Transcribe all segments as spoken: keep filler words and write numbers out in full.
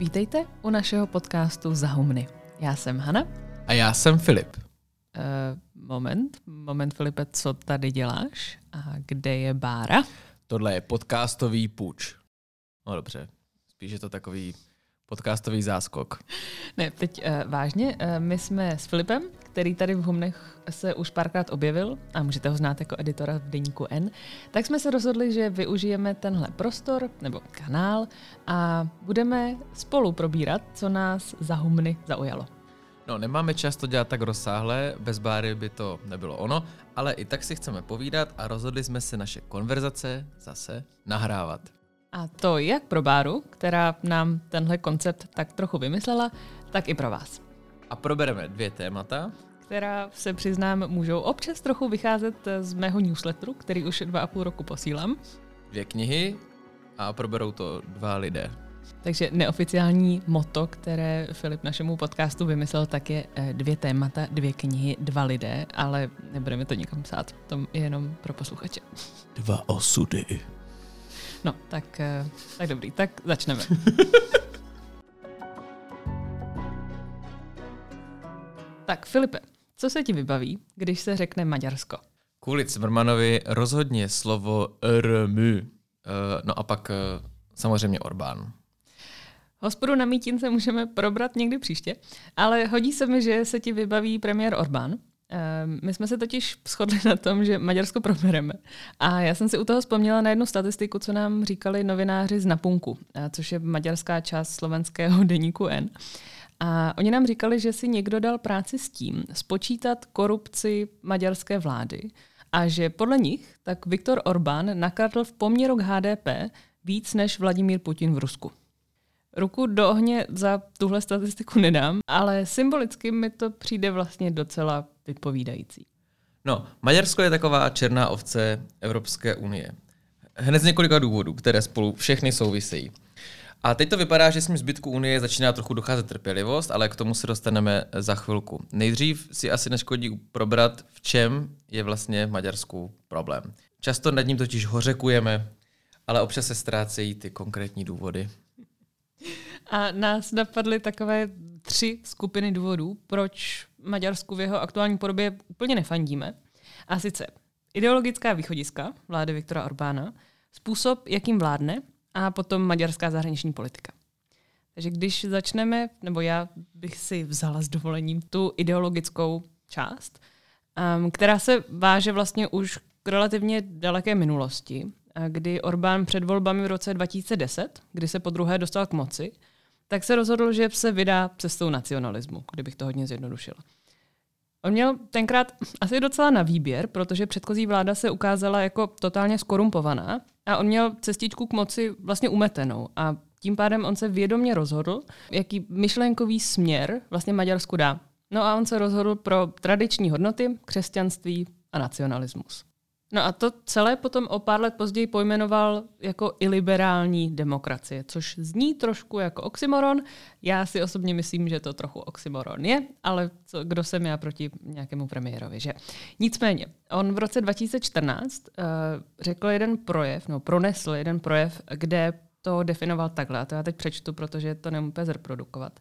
Vítejte u našeho podcastu Zahumny. Já jsem Hana. A já jsem Filip. Uh, moment, moment Filipe, co tady děláš? A kde je Bára? Tohle je podcastový puč. No dobře, spíš je to takový podcastový záskok. Ne, teď uh, vážně, uh, my jsme s Filipem, který tady v Humnech se už párkrát objevil, a můžete ho znát jako editora v deníku N, tak jsme se rozhodli, že využijeme tenhle prostor, nebo kanál, a budeme spolu probírat, co nás za Humny zaujalo. No, nemáme čas to dělat tak rozsáhle, bez Báry by to nebylo ono, ale i tak si chceme povídat a rozhodli jsme se naše konverzace zase nahrávat. A to jak pro Báru, která nám tenhle koncept tak trochu vymyslela, tak i pro vás. A probereme dvě témata, která se přiznám můžou občas trochu vycházet z mého newsletteru, který už dva a půl roku posílám. Dvě knihy a proberou to dva lidé. Takže neoficiální motto, které Filip našemu podcastu vymyslel, tak je dvě témata, dvě knihy, dva lidé, ale nebudeme to nikam psát, to je jenom pro posluchače. Dva osudy. No, tak, tak dobrý, tak začneme. Tak Filipe, co se ti vybaví, když se řekne Maďarsko? Kvůli Cimrmanovi rozhodně slovo R M U. No a pak samozřejmě Orbán. Hospodu na mítince můžeme probrat někdy příště, ale hodí se mi, že se ti vybaví premiér Orbán. My jsme se totiž shodli na tom, že Maďarsko probereme. A já jsem si u toho vzpomněla na jednu statistiku, co nám říkali novináři z Napunku, což je maďarská část slovenského deníku N. A oni nám říkali, že si někdo dal práci s tím spočítat korupci maďarské vlády a že podle nich tak Viktor Orbán nakradl v poměru k H D P víc než Vladimír Putin v Rusku. Ruku do ohně za tuhle statistiku nedám, ale symbolicky mi to přijde vlastně docela vypovídající. No, Maďarsko je taková černá ovce Evropské unie. Hned z několika důvodů, které spolu všechny souvisejí. A teď to vypadá, že s tím zbytku unie začíná trochu docházet trpělivost, ale k tomu se dostaneme za chvilku. Nejdřív si asi neškodí probrat, v čem je vlastně v Maďarsku problém. Často nad ním totiž hořekujeme, ale občas se ztrácejí ty konkrétní důvody. A nás napadly takové tři skupiny důvodů, proč Maďarsku v jeho aktuální podobě úplně nefandíme. A sice ideologická východiska vlády Viktora Orbána, způsob, jakým vládne, a potom maďarská zahraniční politika. Takže když začneme, nebo já bych si vzala s dovolením tu ideologickou část, um, která se váže vlastně už k relativně daleké minulosti, kdy Orbán před volbami v roce dva tisíce deset, kdy se podruhé dostal k moci, tak se rozhodl, že se vydá cestou nacionalismu, kdybych to hodně zjednodušila. On měl tenkrát asi docela na výběr, protože předchozí vláda se ukázala jako totálně skorumpovaná a on měl cestičku k moci vlastně umetenou a tím pádem on se vědomě rozhodl, jaký myšlenkový směr vlastně Maďarsku dá. No a on se rozhodl pro tradiční hodnoty, křesťanství a nacionalismus. No a to celé potom o pár let později pojmenoval jako iliberální demokracie, což zní trošku jako oxymoron. Já si osobně myslím, že to trochu oxymoron je, ale co, kdo jsem já proti nějakému premiérovi, že? Nicméně, on v roce dva tisíce čtrnáct uh, řekl jeden projev, no pronesl jeden projev, kde to definoval takhle, a to já teď přečtu, protože to nemůžu úplně zreprodukovat.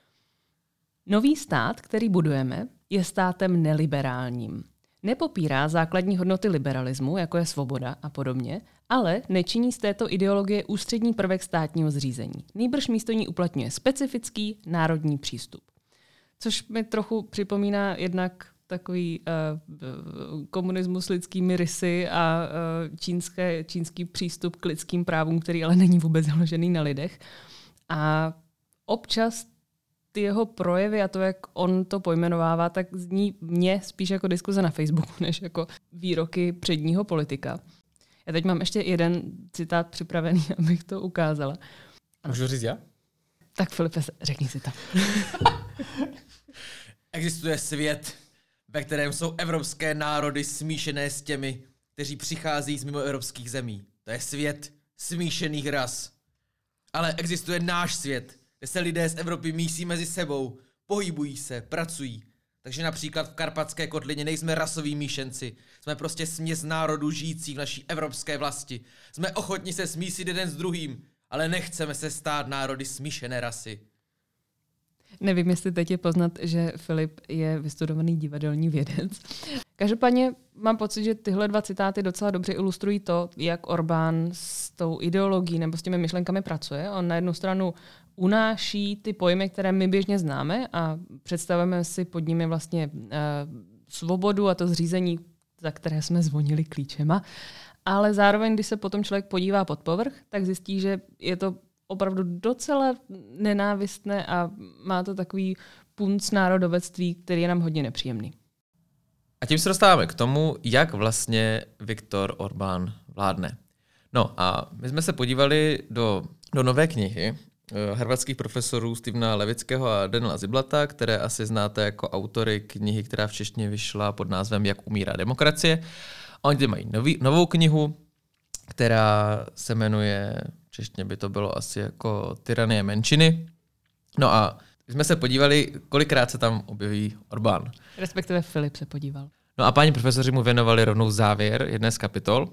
Nový stát, který budujeme, je státem neliberálním. Nepopírá základní hodnoty liberalismu, jako je svoboda a podobně, ale nečiní z této ideologie ústřední prvek státního zřízení. Nýbrž místo ní uplatňuje specifický národní přístup. Což mi trochu připomíná jednak takový uh, komunismus s lidskými rysy a uh, čínské, čínský přístup k lidským právům, který ale není vůbec založený na lidech. A občas ty jeho projevy a to, jak on to pojmenovává, tak zní mně spíš jako diskuze na Facebooku, než jako výroky předního politika. Já teď mám ještě jeden citát připravený, abych to ukázala. Můžu říct já? Tak Filipe, řekni si to. Existuje svět, ve kterém jsou evropské národy smíšené s těmi, kteří přichází z mimoevropských zemí. To je svět smíšených ras. Ale existuje náš svět, kde se lidé z Evropy mísí mezi sebou, pohybují se, pracují. Takže například v Karpatské kotlině nejsme rasoví míšenci, jsme prostě směs národů žijících v naší evropské vlasti. Jsme ochotni se smísit jeden s druhým ale nechceme se stát národy smíšené rasy. Nevím, jestli teď je poznat, že Filip je vystudovaný divadelní vědec. Každopádně mám pocit, že tyhle dva citáty docela dobře ilustrují to, jak Orbán s tou ideologií nebo s těmi myšlenkami pracuje. On na jednu stranu unáší ty pojmy, které my běžně známe a představujeme si pod nimi vlastně uh, svobodu a to zřízení, za které jsme zvonili klíčema. Ale zároveň, když se potom člověk podívá pod povrch, tak zjistí, že je to opravdu docela nenávistné a má to takový punc národovectví, který je nám hodně nepříjemný. A tím se dostáváme k tomu, jak vlastně Viktor Orbán vládne. No a my jsme se podívali do, do nové knihy harvardských profesorů Stevena Levického a Daniela Ziblata, které asi znáte jako autory knihy, která v češtině vyšla pod názvem Jak umírá demokracie. A oni mají nový, novou knihu, která se jmenuje, v češtině by to bylo asi jako Tyranie menšiny. No a jsme se podívali, kolikrát se tam objeví Orbán. Respektive Filip se podíval. No a páni profesoři mu věnovali rovnou závěr jedné z kapitol.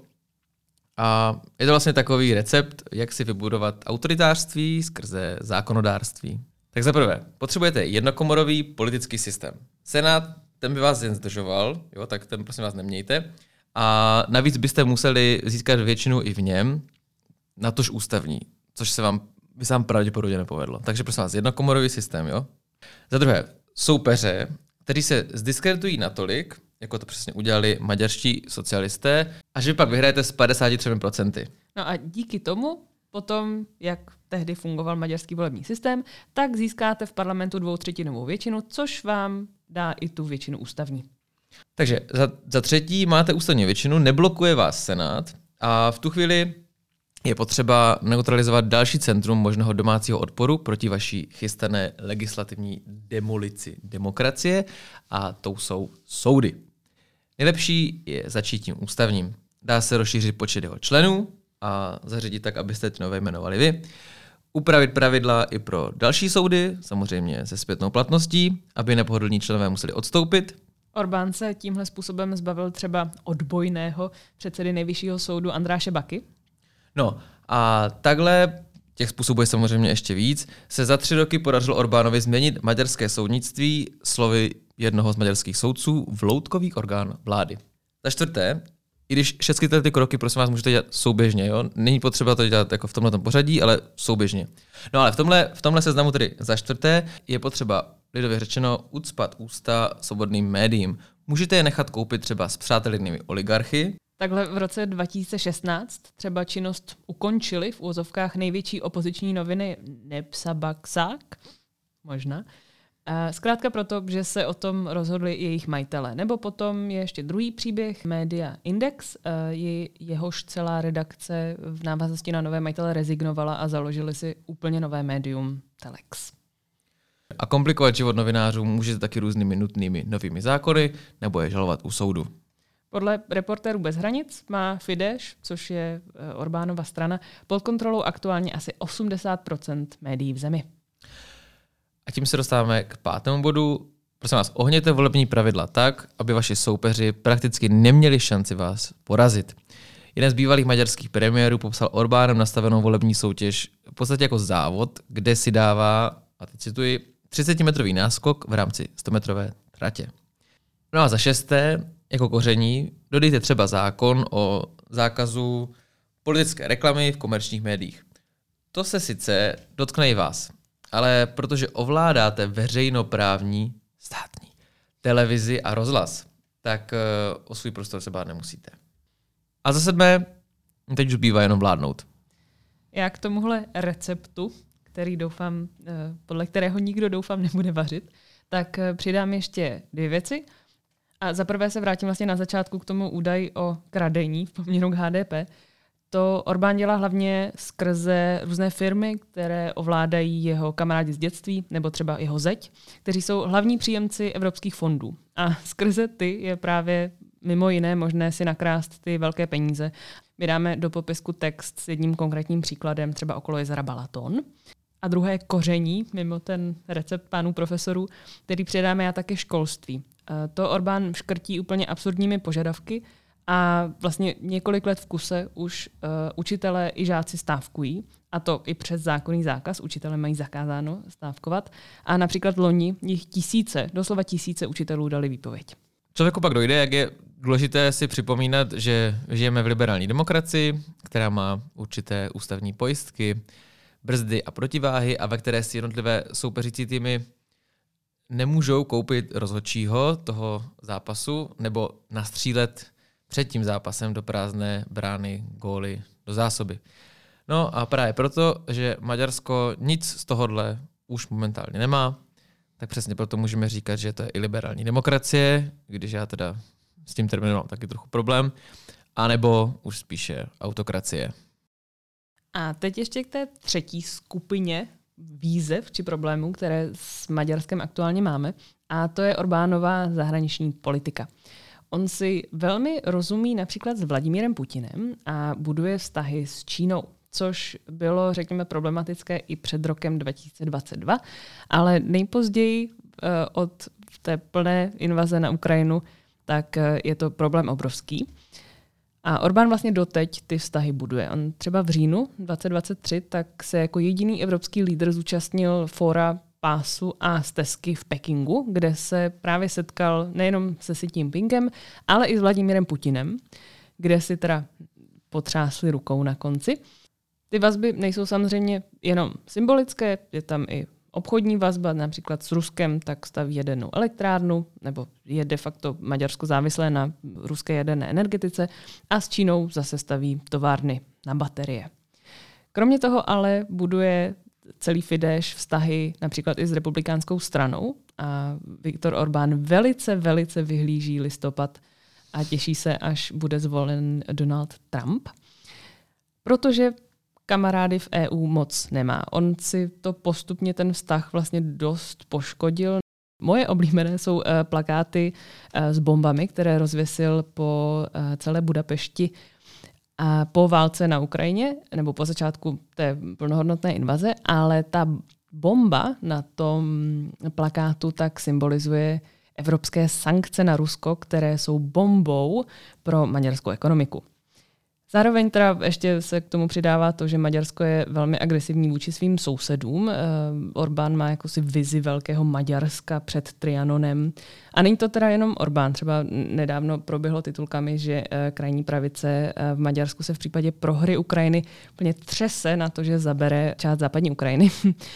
A je to vlastně takový recept, jak si vybudovat autoritářství skrze zákonodárství. Tak za prvé, potřebujete jednokomorový politický systém. Senát, ten by vás jen zdržoval, jo, tak ten prosím vás nemějte. A navíc byste museli získat většinu i v něm, natož ústavní, což se vám, by se vám pravděpodobně nepovedlo. Takže prosím vás, jednokomorový systém, jo. Za druhé, soupeře, kteří se zdiskreditují natolik, jako to přesně udělali maďarští socialisté, a že vy pak vyhrajete s padesát tři procent. No a díky tomu, potom, jak tehdy fungoval maďarský volební systém, tak získáte v parlamentu dvoutřetinovou většinu, což vám dá i tu většinu ústavní. Takže za, za třetí máte ústavní většinu, neblokuje vás Senát a v tu chvíli je potřeba neutralizovat další centrum možného domácího odporu proti vaší chystané legislativní demolici demokracie a tou jsou soudy. Nejlepší je začít tím ústavním. Dá se rozšířit počet jeho členů a zařídit tak, abyste ty nové jmenovali vy. Upravit pravidla i pro další soudy, samozřejmě se zpětnou platností, aby nepohodlní členové museli odstoupit. Orbán se tímhle způsobem zbavil třeba odbojného předsedy nejvyššího soudu Andráše Baky. No a takhle, těch způsobů je samozřejmě ještě víc, se za tři roky podařilo Orbánovi změnit maďarské soudnictví slovy jednoho z maďarských soudců v loutkový orgán vlády. Za čtvrté, i když všechny ty kroky, prosím vás, můžete dělat souběžně, jo? Není potřeba to dělat jako v tomhle pořadí, ale souběžně. No ale v tomhle, v tomhle seznamu tedy za čtvrté je potřeba, lidově řečeno, ucpat ústa svobodným médiím. Můžete je nechat koupit třeba s přátelnými oligarchy. Takhle v roce dva tisíce šestnáct třeba činnost ukončili v úvozovkách největší opoziční noviny Nepsabaksák, možná. Zkrátka proto, že se o tom rozhodli jejich majitele. Nebo potom je ještě druhý příběh, Media Index, je, jehož celá redakce v návaznosti na nové majitele rezignovala a založili si úplně nové médium Telex. A komplikovat život novinářů můžete taky různými nutnými novými zákony nebo je žalovat u soudu. Podle Reportérů bez hranic má Fidesz, což je Orbánova strana, pod kontrolou aktuálně asi osmdesát procent médií v zemi. A tím se dostáváme k pátému bodu. Prosím vás, ohněte volební pravidla tak, aby vaši soupeři prakticky neměli šanci vás porazit. Jeden z bývalých maďarských premiérů popsal Orbánem nastavenou volební soutěž v podstatě jako závod, kde si dává, a teď cituji, třicetimetrový náskok v rámci stometrové tratě. No a za šesté, jako koření, dodejte třeba zákon o zákazu politické reklamy v komerčních médiích. To se sice dotkne i vás, ale protože ovládáte veřejnoprávní státní televizi a rozhlas, tak o svůj prostor se bát nemusíte. A za sedmé, teď už bývá jenom vládnout. Já k tomuhle receptu, který doufám, podle kterého nikdo doufám nebude vařit, tak přidám ještě dvě věci. A za prvé se vrátím vlastně na začátku k tomu údaji o kradení v poměru k H D P. To Orbán dělá hlavně skrze různé firmy, které ovládají jeho kamarádi z dětství, nebo třeba jeho zeď, kteří jsou hlavní příjemci evropských fondů. A skrze ty je právě mimo jiné možné si nakrást ty velké peníze. My dáme do popisku text s jedním konkrétním příkladem, třeba okolo jezera Balaton. A druhé koření, mimo ten recept pánů profesorů, který předáme já také školství. To Orbán škrtí úplně absurdními požadavky A vlastně několik let v kuse už uh, učitelé i žáci stávkují, a to i přes zákonný zákaz. Učitelé mají zakázáno stávkovat. A například loni jich tisíce, doslova tisíce učitelů dali výpověď. Člověku pak dojde, jak je důležité si připomínat, že žijeme v liberální demokracii, která má určité ústavní pojistky, brzdy a protiváhy a ve které si jednotlivé soupeřící týmy nemůžou koupit rozhodčího toho zápasu nebo nastřílet před tím zápasem do prázdné brány góly do zásoby. No a právě proto, že Maďarsko nic z tohohle už momentálně nemá, tak přesně proto můžeme říkat, že to je i liberální demokracie, když já teda s tím terminem mám taky trochu problém, anebo už spíše autokracie. A teď ještě k té třetí skupině výzev či problémů, které s Maďarskem aktuálně máme, a to je Orbánova zahraniční politika. On si velmi rozumí například s Vladimírem Putinem a buduje vztahy s Čínou, což bylo, řekněme, problematické i před rokem dva tisíce dvacet dva, ale nejpozději od té plné invaze na Ukrajinu, tak je to problém obrovský. A Orbán vlastně doteď ty vztahy buduje. On třeba v říjnu dva tisíce dvacet tři tak se jako jediný evropský lídr zúčastnil fóra pásu a stezky v Pekingu, kde se právě setkal nejenom se Xi Jinpingem, ale i s Vladimírem Putinem, kde si teda potřásli rukou na konci. Ty vazby nejsou samozřejmě jenom symbolické, je tam i obchodní vazba, například s Ruskem, tak staví jadernou elektrárnu, nebo je de facto Maďarsko závislé na ruské jaderné energetice, a s Čínou zase staví továrny na baterie. Kromě toho ale buduje celý Fidesz vztahy například i s republikánskou stranou a Viktor Orbán velice, velice vyhlíží listopad a těší se, až bude zvolen Donald Trump, protože kamarády v E U moc nemá. On si to postupně ten vztah vlastně dost poškodil. Moje oblíbené jsou uh, plakáty uh, s bombami, které rozvěsil po uh, celé Budapešti a po válce na Ukrajině, nebo po začátku té plnohodnotné invaze, ale ta bomba na tom plakátu tak symbolizuje evropské sankce na Rusko, které jsou bombou pro maďarskou ekonomiku. Zároveň teda ještě se k tomu přidává to, že Maďarsko je velmi agresivní vůči svým sousedům. Orbán má jakousi vizi velkého Maďarska před Trianonem. A není to teda jenom Orbán. Třeba nedávno proběhlo titulkami, že krajní pravice v Maďarsku se v případě prohry Ukrajiny úplně třese na to, že zabere část západní Ukrajiny.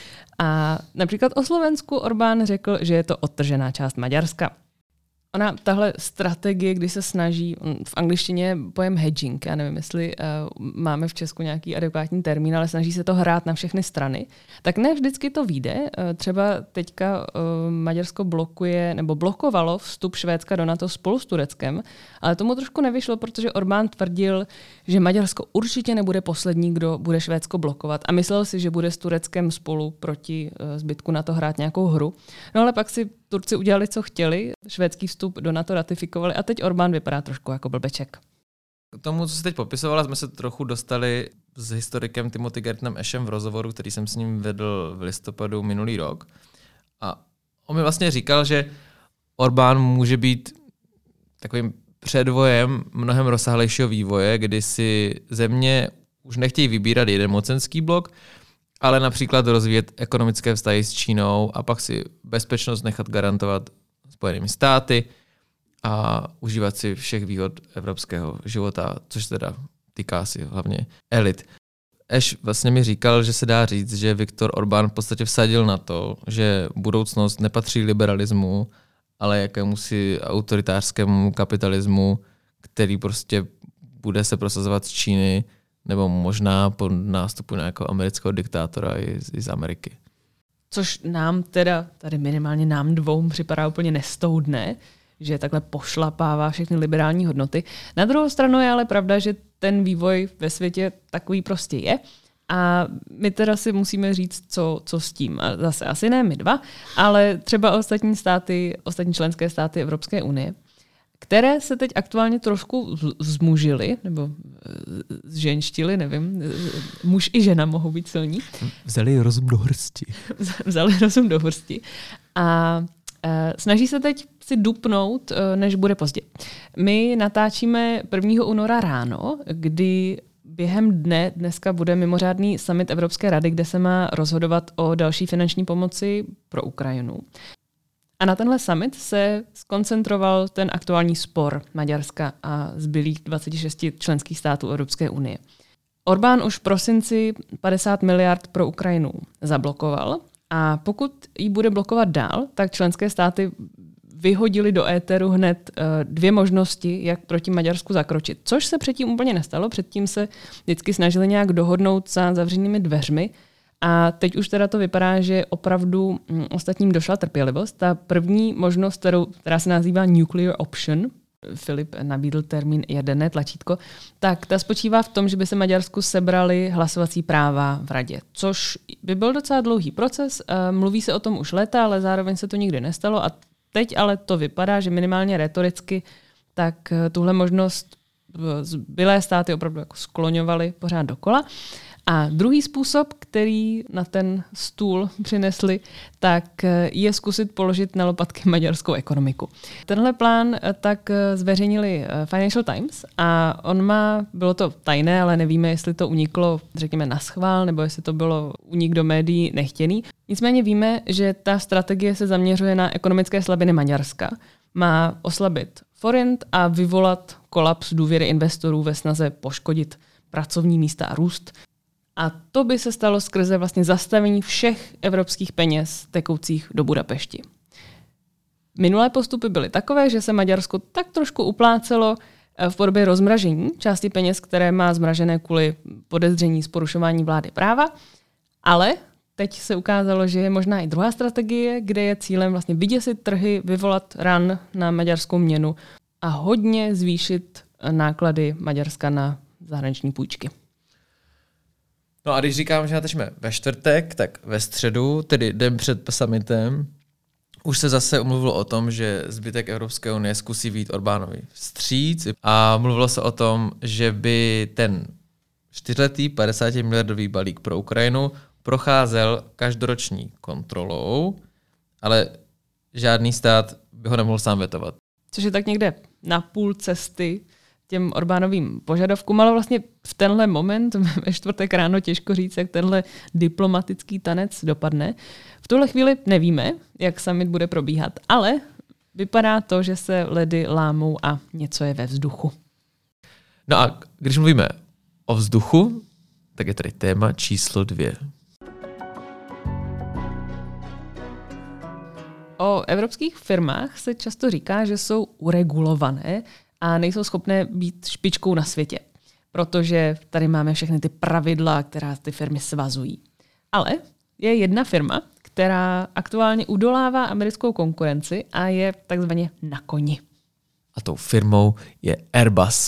A například o Slovensku Orbán řekl, že je to odtržená část Maďarska. Ona, tahle strategie, kdy se snaží, v angličtině je pojem hedging, já nevím, jestli uh, máme v Česku nějaký adekvátní termín, ale snaží se to hrát na všechny strany, tak ne vždycky to vyjde. Uh, třeba teďka uh, Maďarsko blokuje, nebo blokovalo vstup Švédska do NATO spolu s Tureckem, ale tomu trošku nevyšlo, protože Orbán tvrdil, že Maďarsko určitě nebude poslední, kdo bude Švédsko blokovat, a myslel si, že bude s Tureckem spolu proti uh, zbytku NATO hrát nějakou hru. No ale pak si Turci udělali, co chtěli, švédský vstup do NATO ratifikovali a teď Orbán vypadá trošku jako blbeček. K tomu, co jsi teď popisovala, jsme se trochu dostali s historikem Timothy Gartnem Ashem v rozhovoru, který jsem s ním vedl v listopadu minulý rok. A on mi vlastně říkal, že Orbán může být takovým předvojem mnohem rozsáhlejšího vývoje, kdy si země už nechtějí vybírat jeden mocenský blok, ale například rozvíjet ekonomické vztahy s Čínou a pak si bezpečnost nechat garantovat Spojenými státy a užívat si všech výhod evropského života, což teda týká si hlavně elit. Ash vlastně mi říkal, že se dá říct, že Viktor Orbán v podstatě vsadil na to, že budoucnost nepatří liberalismu, ale jakémusi autoritářskému kapitalismu, který prostě bude se prosazovat z Číny, nebo možná po nástupu nějakého amerického diktátora i z, i z Ameriky. Což nám teda, tady minimálně nám dvou, připadá úplně nestoudné, že takhle pošlapává všechny liberální hodnoty. Na druhou stranu je ale pravda, že ten vývoj ve světě takový prostě je. A my teda si musíme říct, co, co s tím. A zase asi ne my dva, ale třeba ostatní státy, ostatní členské státy Evropské unie, které se teď aktuálně trošku zmužily, nebo zženštily, nevím, muž i žena mohou být silní. Vzali rozum do hrsti. Vzali rozum do hrsti. A Snaží se teď si dupnout, než bude pozdě. My natáčíme prvního února ráno, kdy během dne dneska bude mimořádný summit Evropské rady, kde se má rozhodovat o další finanční pomoci pro Ukrajinu. A na tenhle summit se skoncentroval ten aktuální spor Maďarska a zbylých dvaceti šesti členských států Evropské unie. Orbán už v prosinci padesát miliard pro Ukrajinu zablokoval a pokud ji bude blokovat dál, tak členské státy vyhodili do éteru hned dvě možnosti, jak proti Maďarsku zakročit. Což se předtím úplně nestalo, předtím se vždycky snažili nějak dohodnout za zavřenými dveřmi a teď už teda to vypadá, že opravdu ostatním došla trpělivost. Ta první možnost, kterou, která se nazývá nuclear option, Filip nabídl termín jaderné tlačítko, tak ta spočívá v tom, že by se Maďarsku sebrali hlasovací práva v radě, což by byl docela dlouhý proces. Mluví se o tom už léta, ale zároveň se to nikdy nestalo a teď ale to vypadá, že minimálně retoricky tak tuhle možnost zbylé státy opravdu jako skloňovaly pořád dokola. A druhý způsob, který na ten stůl přinesli, tak je zkusit položit na lopatky maďarskou ekonomiku. Tenhle plán tak zveřejnili Financial Times a on má, bylo to tajné, ale nevíme, jestli to uniklo, řekněme, naschvál, nebo jestli to bylo unik do médií nechtěný. Nicméně víme, že ta strategie se zaměřuje na ekonomické slabiny Maďarska. Má oslabit forint a vyvolat kolaps důvěry investorů ve snaze poškodit pracovní místa a růst. A to by se stalo skrze vlastně zastavení všech evropských peněz tekoucích do Budapešti. Minulé postupy byly takové, že se Maďarsko tak trošku uplácelo v podobě rozmražení části peněz, které má zmražené kvůli podezření z porušování vlády práva, ale teď se ukázalo, že je možná i druhá strategie, kde je cílem vlastně vyděsit trhy, vyvolat ran na maďarskou měnu a hodně zvýšit náklady Maďarska na zahraniční půjčky. No a když říkám, že natáčíme ve čtvrtek, tak ve středu, tedy den před summitem, už se zase umluvilo o tom, že zbytek Evropské unie zkusí vyjít Orbánovi vstříc a mluvilo se o tom, že by ten čtyřletý padesátimiliardový balík pro Ukrajinu procházel každoroční kontrolou, ale žádný stát by ho nemohl sám vetovat. Což je tak někde na půl cesty těm Orbánovým požadavkům, ale vlastně v tenhle moment, ve čtvrtek ráno těžko říct, jak tenhle diplomatický tanec dopadne. V tuhle chvíli nevíme, jak summit bude probíhat, ale vypadá to, že se ledy lámou a něco je ve vzduchu. No a když mluvíme o vzduchu, tak je tady téma číslo dvě. O evropských firmách se často říká, že jsou uregulované a nejsou schopné být špičkou na světě, protože tady máme všechny ty pravidla, která ty firmy svazují. Ale je jedna firma, která aktuálně udolává americkou konkurenci a je takzvaně na koni. A tou firmou je Airbus.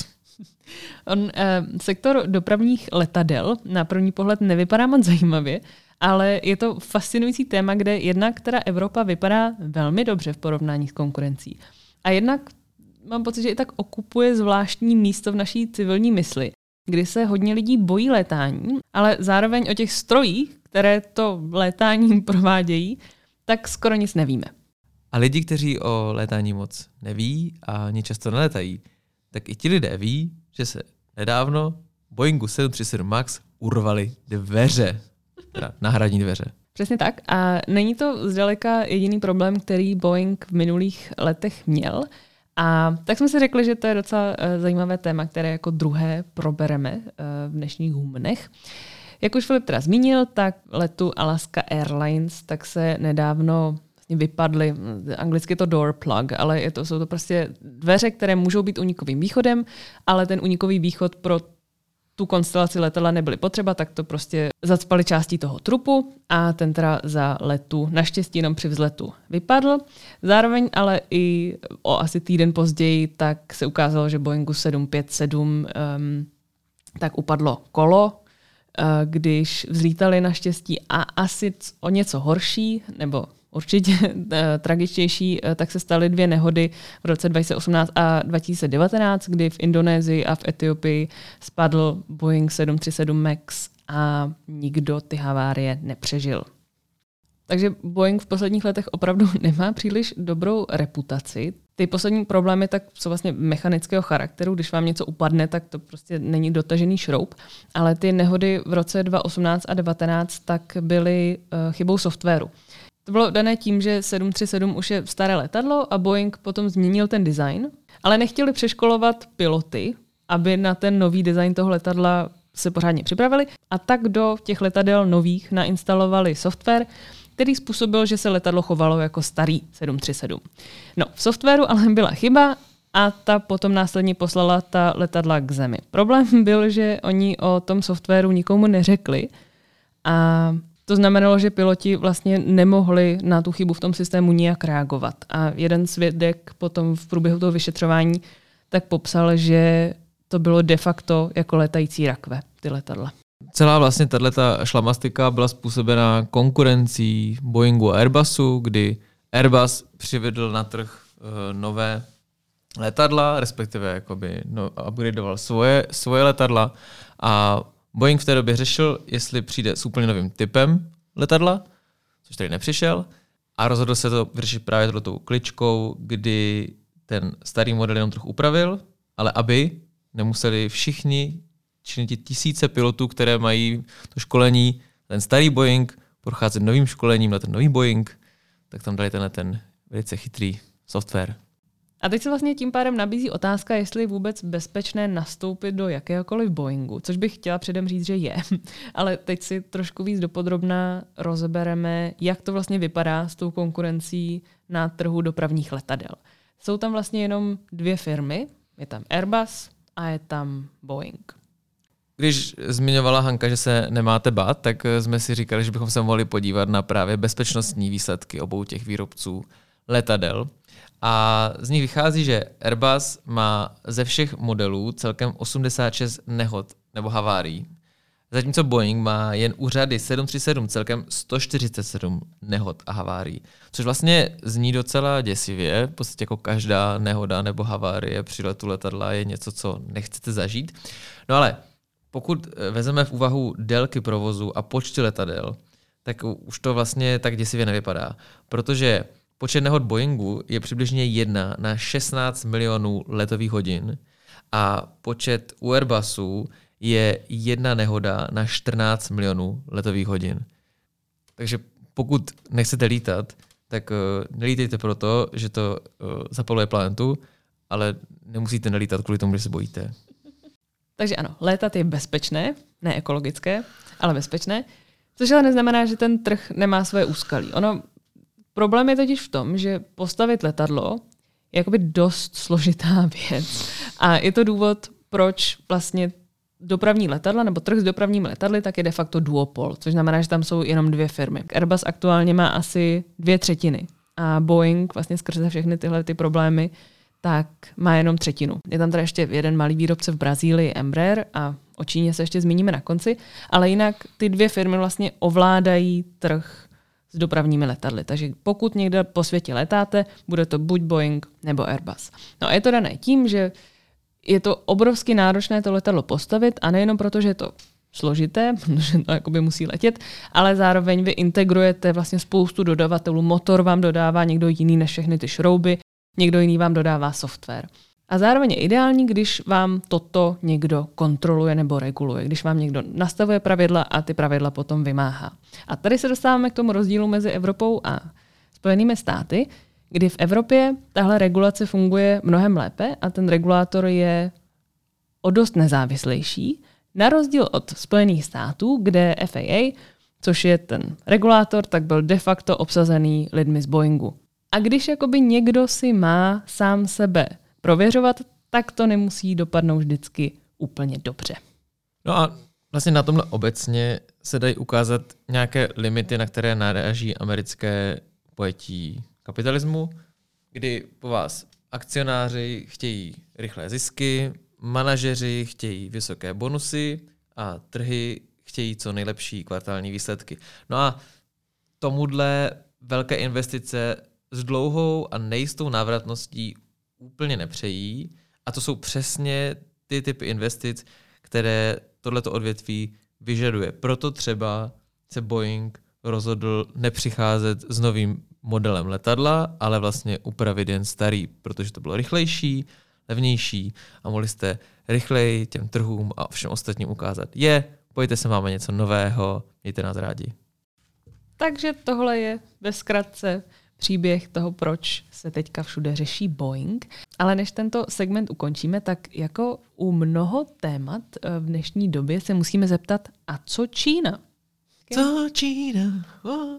On, eh, sektor dopravních letadel na první pohled nevypadá moc zajímavě, ale je to fascinující téma, kde jednak teda Evropa vypadá velmi dobře v porovnání s konkurencí. A jednak mám pocit, že i tak okupuje zvláštní místo v naší civilní mysli, kdy se hodně lidí bojí létání, ale zároveň o těch strojích, které to létání provádějí, tak skoro nic nevíme. A lidi, kteří o létání moc neví a ani často nelétají, tak i ti lidé ví, že se nedávno Boeingu sedm tři sedm Max urvaly dveře, teda náhradní dveře. Přesně tak. A není to zdaleka jediný problém, který Boeing v minulých letech měl. A tak jsme si řekli, že to je docela zajímavé téma, které jako druhé probereme v dnešních humnech. Jak už Filip teda zmínil, tak letu Alaska Airlines tak se nedávno vypadly, anglicky je to door plug, ale je to, jsou to prostě dveře, které můžou být únikovým východem, ale ten únikový východ pro tu konstelaci letadla nebyly potřeba, tak to prostě zacpali částí toho trupu a ten teda za letu naštěstí jenom při vzletu vypadl. Zároveň ale i o asi týden později tak se ukázalo, že Boeingu sedm pět sedm um, tak upadlo kolo, uh, když vzlítali naštěstí a asi o něco horší, nebo určitě tragičtější, tak se staly dvě nehody v roce dva tisíce osmnáct a dva tisíce devatenáct, kdy v Indonésii a v Etiopii spadl Boeing sedm tři sedm Max a nikdo ty havárie nepřežil. Takže Boeing v posledních letech opravdu nemá příliš dobrou reputaci. Ty poslední problémy tak jsou vlastně mechanického charakteru. Když vám něco upadne, tak to prostě není dotažený šroub. Ale ty nehody v roce dva tisíce osmnáct a devatenáct tak byly uh, chybou softwaru. To bylo dané tím, že sedm tři sedm už je staré letadlo a Boeing potom změnil ten design, ale nechtěli přeškolovat piloty, aby na ten nový design toho letadla se pořádně připravili, a tak do těch letadel nových nainstalovali software, který způsobil, že se letadlo chovalo jako starý sedm tři sedm. No, v softwaru ale byla chyba a ta potom následně poslala ta letadla k zemi. Problém byl, že oni o tom softwaru nikomu neřekli a to znamenalo, že piloti vlastně nemohli na tu chybu v tom systému nijak reagovat. A jeden svědek potom v průběhu toho vyšetřování tak popsal, že to bylo de facto jako letající rakve, ty letadla. Celá vlastně tato šlamastika byla způsobena konkurencí Boeingu a Airbusu, kdy Airbus přivedl na trh uh, nové letadla, respektive jakoby, no, upgradeoval svoje, svoje letadla a Boeing v té době řešil, jestli přijde s úplně novým typem letadla, což tady nepřišel, a rozhodl se to vyřešit právě touto kličkou, kdy ten starý model jenom trochu upravil, ale aby nemuseli všichni, čili ti tisíce pilotů, které mají to školení, ten starý Boeing, procházet novým školením na ten nový Boeing, tak tam dali tenhle ten velice chytrý software. A teď se vlastně tím pádem nabízí otázka, jestli je vůbec bezpečné nastoupit do jakéhokoliv Boeingu, což bych chtěla předem říct, že je. Ale teď si trošku víc dopodrobna rozebereme, jak to vlastně vypadá s tou konkurencí na trhu dopravních letadel. Jsou tam vlastně jenom dvě firmy, je tam Airbus a je tam Boeing. Když zmiňovala Hanka, že se nemáte bát, tak jsme si říkali, že bychom se mohli podívat na právě bezpečnostní výsledky obou těch výrobců letadel. A z nich vychází, že Airbus má ze všech modelů celkem osmdesát šest nehod nebo havárií, zatímco Boeing má jen u řady sedm tři sedm celkem sto čtyřicet sedm nehod a havárií, což vlastně zní docela děsivě, v podstatě jako každá nehoda nebo havárie při letu letadla je něco, co nechcete zažít. No ale pokud vezmeme v úvahu délky provozu a počty letadel, tak už to vlastně tak děsivě nevypadá, protože počet nehod Boeingu je přibližně jedna na šestnáct milionů letových hodin a počet u Airbusu je jedna nehoda na čtrnáct milionů letových hodin. Takže pokud nechcete lítat, tak uh, nelítejte proto, že to uh, zapaluje planetu, ale nemusíte nelítat kvůli tomu, že se bojíte. Takže ano, létat je bezpečné, ne ekologické, ale bezpečné, což ale neznamená, že ten trh nemá svoje úskalí. Ono Problém je totiž v tom, že postavit letadlo je jakoby dost složitá věc. A je to důvod, proč vlastně dopravní letadla nebo trh s dopravními letadly tak je de facto duopol, což znamená, že tam jsou jenom dvě firmy. Airbus aktuálně má asi dvě třetiny a Boeing vlastně skrze všechny tyhle ty problémy tak má jenom třetinu. Je tam teda ještě jeden malý výrobce v Brazílii, Embraer, a o Číně se ještě zmíníme na konci, ale jinak ty dvě firmy vlastně ovládají trh s dopravními letadly. Takže pokud někde po světě letáte, bude to buď Boeing nebo Airbus. No a je to dané tím, že je to obrovsky náročné to letadlo postavit a nejenom proto, že je to složité, protože to jakoby musí letět, ale zároveň vy integrujete vlastně spoustu dodavatelů. Motor vám dodává někdo jiný než všechny ty šrouby, někdo jiný vám dodává software. A zároveň je ideální, když vám toto někdo kontroluje nebo reguluje, když vám někdo nastavuje pravidla a ty pravidla potom vymáhá. A tady se dostáváme k tomu rozdílu mezi Evropou a Spojenými státy, kdy v Evropě tahle regulace funguje mnohem lépe a ten regulátor je o dost nezávislejší, na rozdíl od Spojených států, kde F A A, což je ten regulátor, tak byl de facto obsazený lidmi z Boeingu. A když jakoby někdo si má sám sebe prověřovat, tak to nemusí dopadnout vždycky úplně dobře. No a vlastně na tomhle obecně se dají ukázat nějaké limity, na které naráží americké pojetí kapitalismu, kdy po vás akcionáři chtějí rychlé zisky, manažeři chtějí vysoké bonusy a trhy chtějí co nejlepší kvartální výsledky. No a tomuhle velké investice s dlouhou a nejistou návratností úplně nepřejí a to jsou přesně ty typy investic, které tohleto odvětví vyžaduje. Proto třeba se Boeing rozhodl nepřicházet s novým modelem letadla, ale vlastně upravit jen starý, protože to bylo rychlejší, levnější a mohli jste rychleji těm trhům a všem ostatním ukázat. Je, pojďte se, máme něco nového, mějte nás rádi. Takže tohle je ve zkratce příběh toho, proč se teďka všude řeší Boeing. Ale než tento segment ukončíme, tak jako u mnoho témat v dnešní době se musíme zeptat, a co Čína? Co Čína? Oh.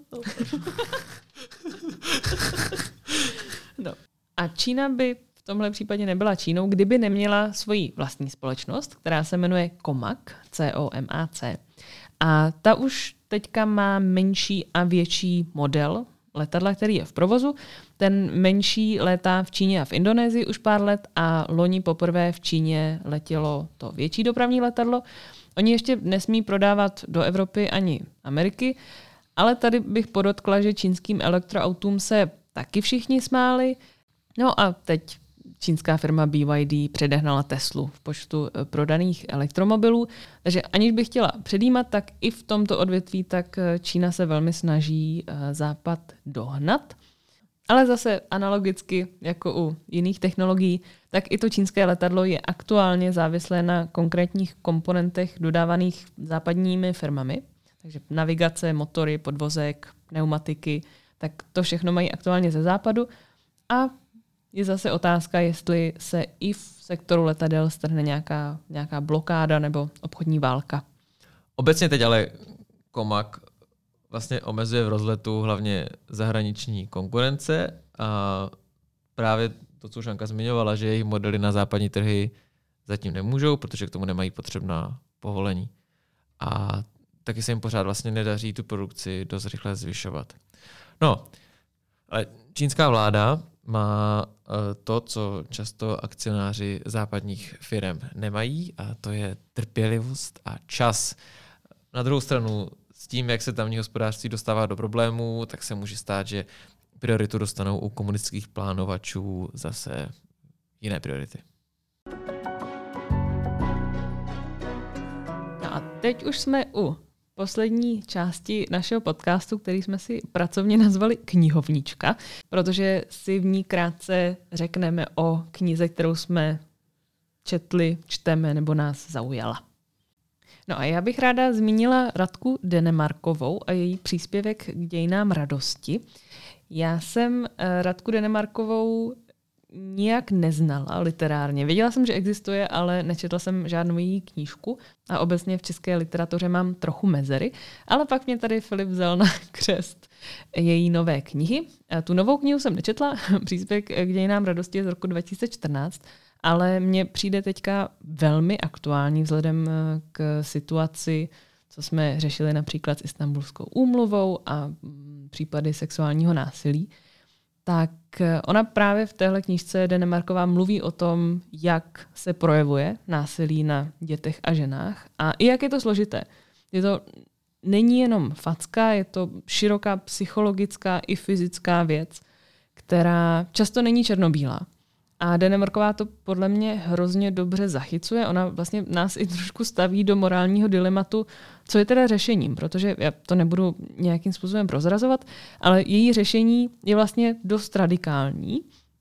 No. A Čína by v tomhle případě nebyla Čínou, kdyby neměla svoji vlastní společnost, která se jmenuje Comac, C O M A C. A ta už teďka má menší a větší model letadla, který je v provozu. Ten menší létá v Číně a v Indonésii už pár let a loni poprvé v Číně letělo to větší dopravní letadlo. Oni ještě nesmí prodávat do Evropy ani Ameriky, ale tady bych podotkla, že čínským elektroautům se taky všichni smáli. No a teď čínská firma B Y D předehnala Teslu v počtu prodaných elektromobilů. Takže aniž bych chtěla předjímat, tak i v tomto odvětví tak Čína se velmi snaží Západ dohnat. Ale zase analogicky jako u jiných technologií, tak i to čínské letadlo je aktuálně závislé na konkrétních komponentech dodávaných západními firmami. Takže navigace, motory, podvozek, pneumatiky, tak to všechno mají aktuálně ze západu. A je zase otázka, jestli se i v sektoru letadel strhne nějaká, nějaká blokáda nebo obchodní válka. Obecně teď ale Comac vlastně omezuje v rozletu hlavně zahraniční konkurence a právě to, co už Anka zmiňovala, že jejich modely na západní trhy zatím nemůžou, protože k tomu nemají potřebná povolení. A taky se jim pořád vlastně nedaří tu produkci dost rychle zvyšovat. No, ale čínská vláda má to, co často akcionáři západních firm nemají, a to je trpělivost a čas. Na druhou stranu, s tím, jak se tamní hospodářství dostává do problémů, tak se může stát, že prioritu dostanou u komunistických plánovačů zase jiné priority. No a teď už jsme u poslední části našeho podcastu, který jsme si pracovně nazvali Knihovnička, protože si v ní krátce řekneme o knize, kterou jsme četli, čteme nebo nás zaujala. No a já bych ráda zmínila Radku Denemarkovou a její příspěvek k dějinám radosti. Já jsem Radku Denemarkovou nijak neznala literárně. Věděla jsem, že existuje, ale nečetla jsem žádnou její knížku a obecně v české literatuře mám trochu mezery, ale pak mě tady Filip vzal na křest její nové knihy. A tu novou knihu jsem nečetla, příspěvek k dějinám radosti je z roku dva tisíce čtrnáct, ale mně přijde teďka velmi aktuální vzhledem k situaci, co jsme řešili například s Istanbulskou úmluvou a případy sexuálního násilí. Tak ona právě v téhle knížce Denemarková mluví o tom, jak se projevuje násilí na dětech a ženách a i jak je to složité. Je to není jenom facka, je to široká psychologická i fyzická věc, která často není černobílá. A Denemarková to podle mě hrozně dobře zachycuje. Ona vlastně nás i trošku staví do morálního dilematu, co je teda řešením, protože já to nebudu nějakým způsobem prozrazovat, ale její řešení je vlastně dost radikální.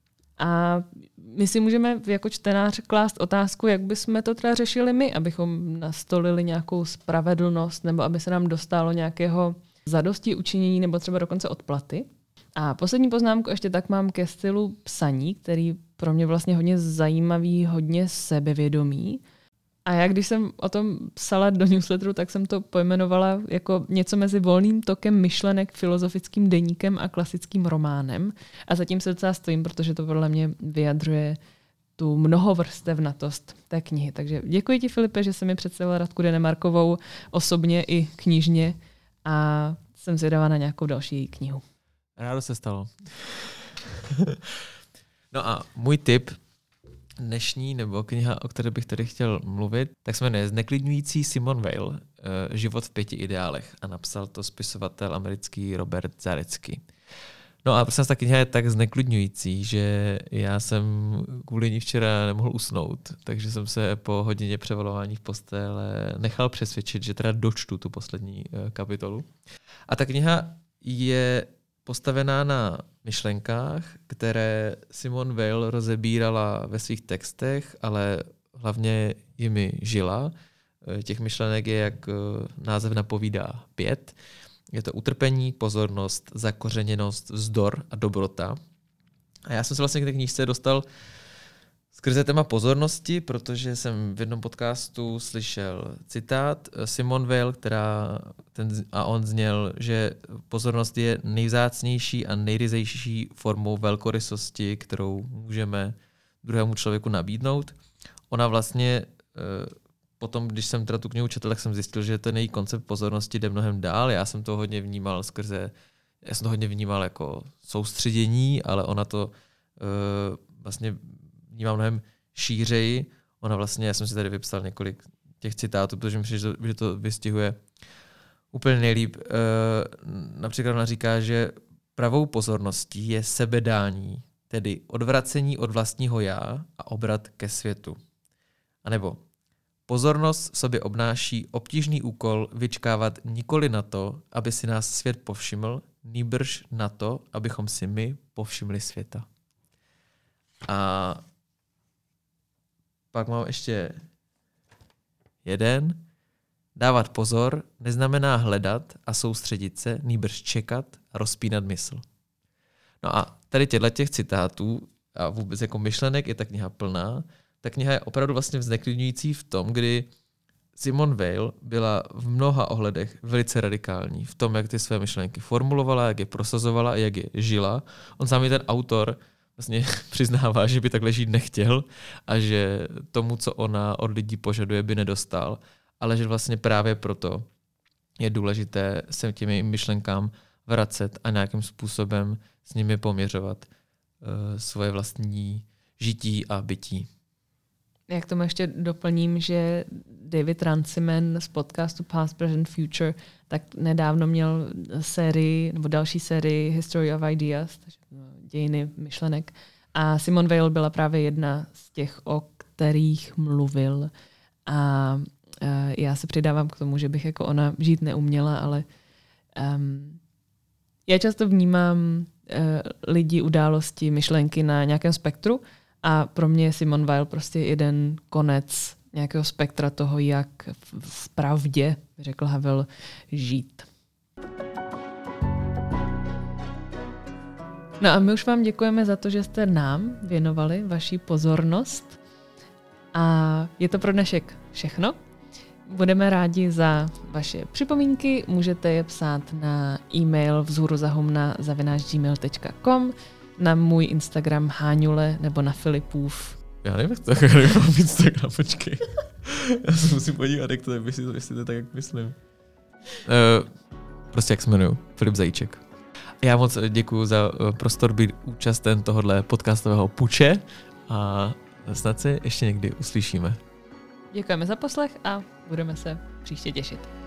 A my si můžeme jako čtenář klást otázku, jak bychom to teda řešili my, abychom nastolili nějakou spravedlnost nebo aby se nám dostalo nějakého zadosti učinění nebo třeba dokonce odplaty. A poslední poznámku ještě tak mám ke stylu psaní, který pro mě vlastně hodně zajímavý, hodně sebevědomý. A já, když jsem o tom psala do newsletteru, tak jsem to pojmenovala jako něco mezi volným tokem myšlenek, filozofickým deníkem a klasickým románem. A zatím se docela stojím, protože to podle mě vyjadřuje tu mnohovrstevnatost té knihy. Takže děkuji ti, Filipe, že jsi mi představila Radku Denemarkovou osobně i knižně a jsem zvědavá na nějakou další knihu. Rádo se stalo. No a můj tip dnešní, nebo kniha, o které bych tady chtěl mluvit, tak se jmenuje Zneklidňující Simone Weil, Život v pěti ideálech, a napsal to spisovatel americký Robert Zarecky. No a prostě ta kniha je tak zneklidňující, že já jsem kvůli ní včera nemohl usnout, takže jsem se po hodině převalování v postele nechal přesvědčit, že teda dočtu tu poslední kapitolu. A ta kniha je postavená na myšlenkách, které Simone Weil rozebírala ve svých textech, ale hlavně jimi žila. Těch myšlenek je, jak název napovídá, pět. Je to utrpení, pozornost, zakořeněnost, vzdor a dobrota. A já jsem se vlastně k té knížce dostal skrze téma pozornosti, protože jsem v jednom podcastu slyšel citát Simone Weil, která ten, a on zněl, že pozornost je nejvzácnější a nejryzejší formou velkorysosti, kterou můžeme druhému člověku nabídnout. Ona vlastně potom, když jsem teda tu knihu četl, tak jsem zjistil, že ten její koncept pozornosti jde mnohem dál. Já jsem to hodně vnímal skrze, já jsem to hodně vnímal jako soustředění, ale ona to uh, vlastně vnímá mnohem šířeji. Ona vlastně, já jsem si tady vypsal několik těch citátů, protože myslím, že to vystihuje úplně nejlíp. Uh, například ona říká, že pravou pozorností je sebedání, tedy odvracení od vlastního já a obrat ke světu. A nebo pozornost v sobě obnáší obtížný úkol vyčkávat nikoli na to, aby si nás svět povšiml, nýbrž na to, abychom si my povšimli světa. A pak mám ještě jeden. Dávat pozor neznamená hledat a soustředit se, nýbrž čekat a rozpínat mysl. No a tady těchto těch citátů a vůbec jako myšlenek je ta kniha plná. Ta kniha je opravdu vlastně zneklidňující v tom, kdy Simone Weil byla v mnoha ohledech velice radikální v tom, jak ty své myšlenky formulovala, jak je prosazovala a jak je žila. On sám ten autor vlastně přiznává, že by takhle žít nechtěl a že tomu, co ona od lidí požaduje, by nedostal, ale že vlastně právě proto je důležité se těmi myšlenkám vracet a nějakým způsobem s nimi poměřovat uh, svoje vlastní žití a bytí. Jak tomu ještě doplním, že David Runciman z podcastu Past, Present, Future tak nedávno měl sérii, nebo další sérii History of Ideas, dějiny myšlenek. A Simone Weil byla právě jedna z těch, o kterých mluvil. A já se přidávám k tomu, že bych jako ona žít neuměla, ale um, já často vnímám uh, lidi, události, myšlenky na nějakém spektru. A pro mě je Simone Weil prostě jeden konec nějakého spektra toho, jak v pravdě, řekl Havel, žít. No a my už vám děkujeme za to, že jste nám věnovali vaši pozornost. A je to pro dnešek všechno. Budeme rádi za vaše připomínky. Můžete je psát na e-mail vzhůruzahumna zavináč gmail tečka com, na můj Instagram Háňule nebo na Filipův. Já nevím, jak to tak mám Instagram, počkej. Já se musím podívat, jak to je, jestli to, jestli to tak, jak myslím. Uh, prostě jak se jmenuju, Filip Zajíček. Já moc děkuju za prostor být účasten tohohle podcastového puče a snad se ještě někdy uslyšíme. Děkujeme za poslech a budeme se příště těšit.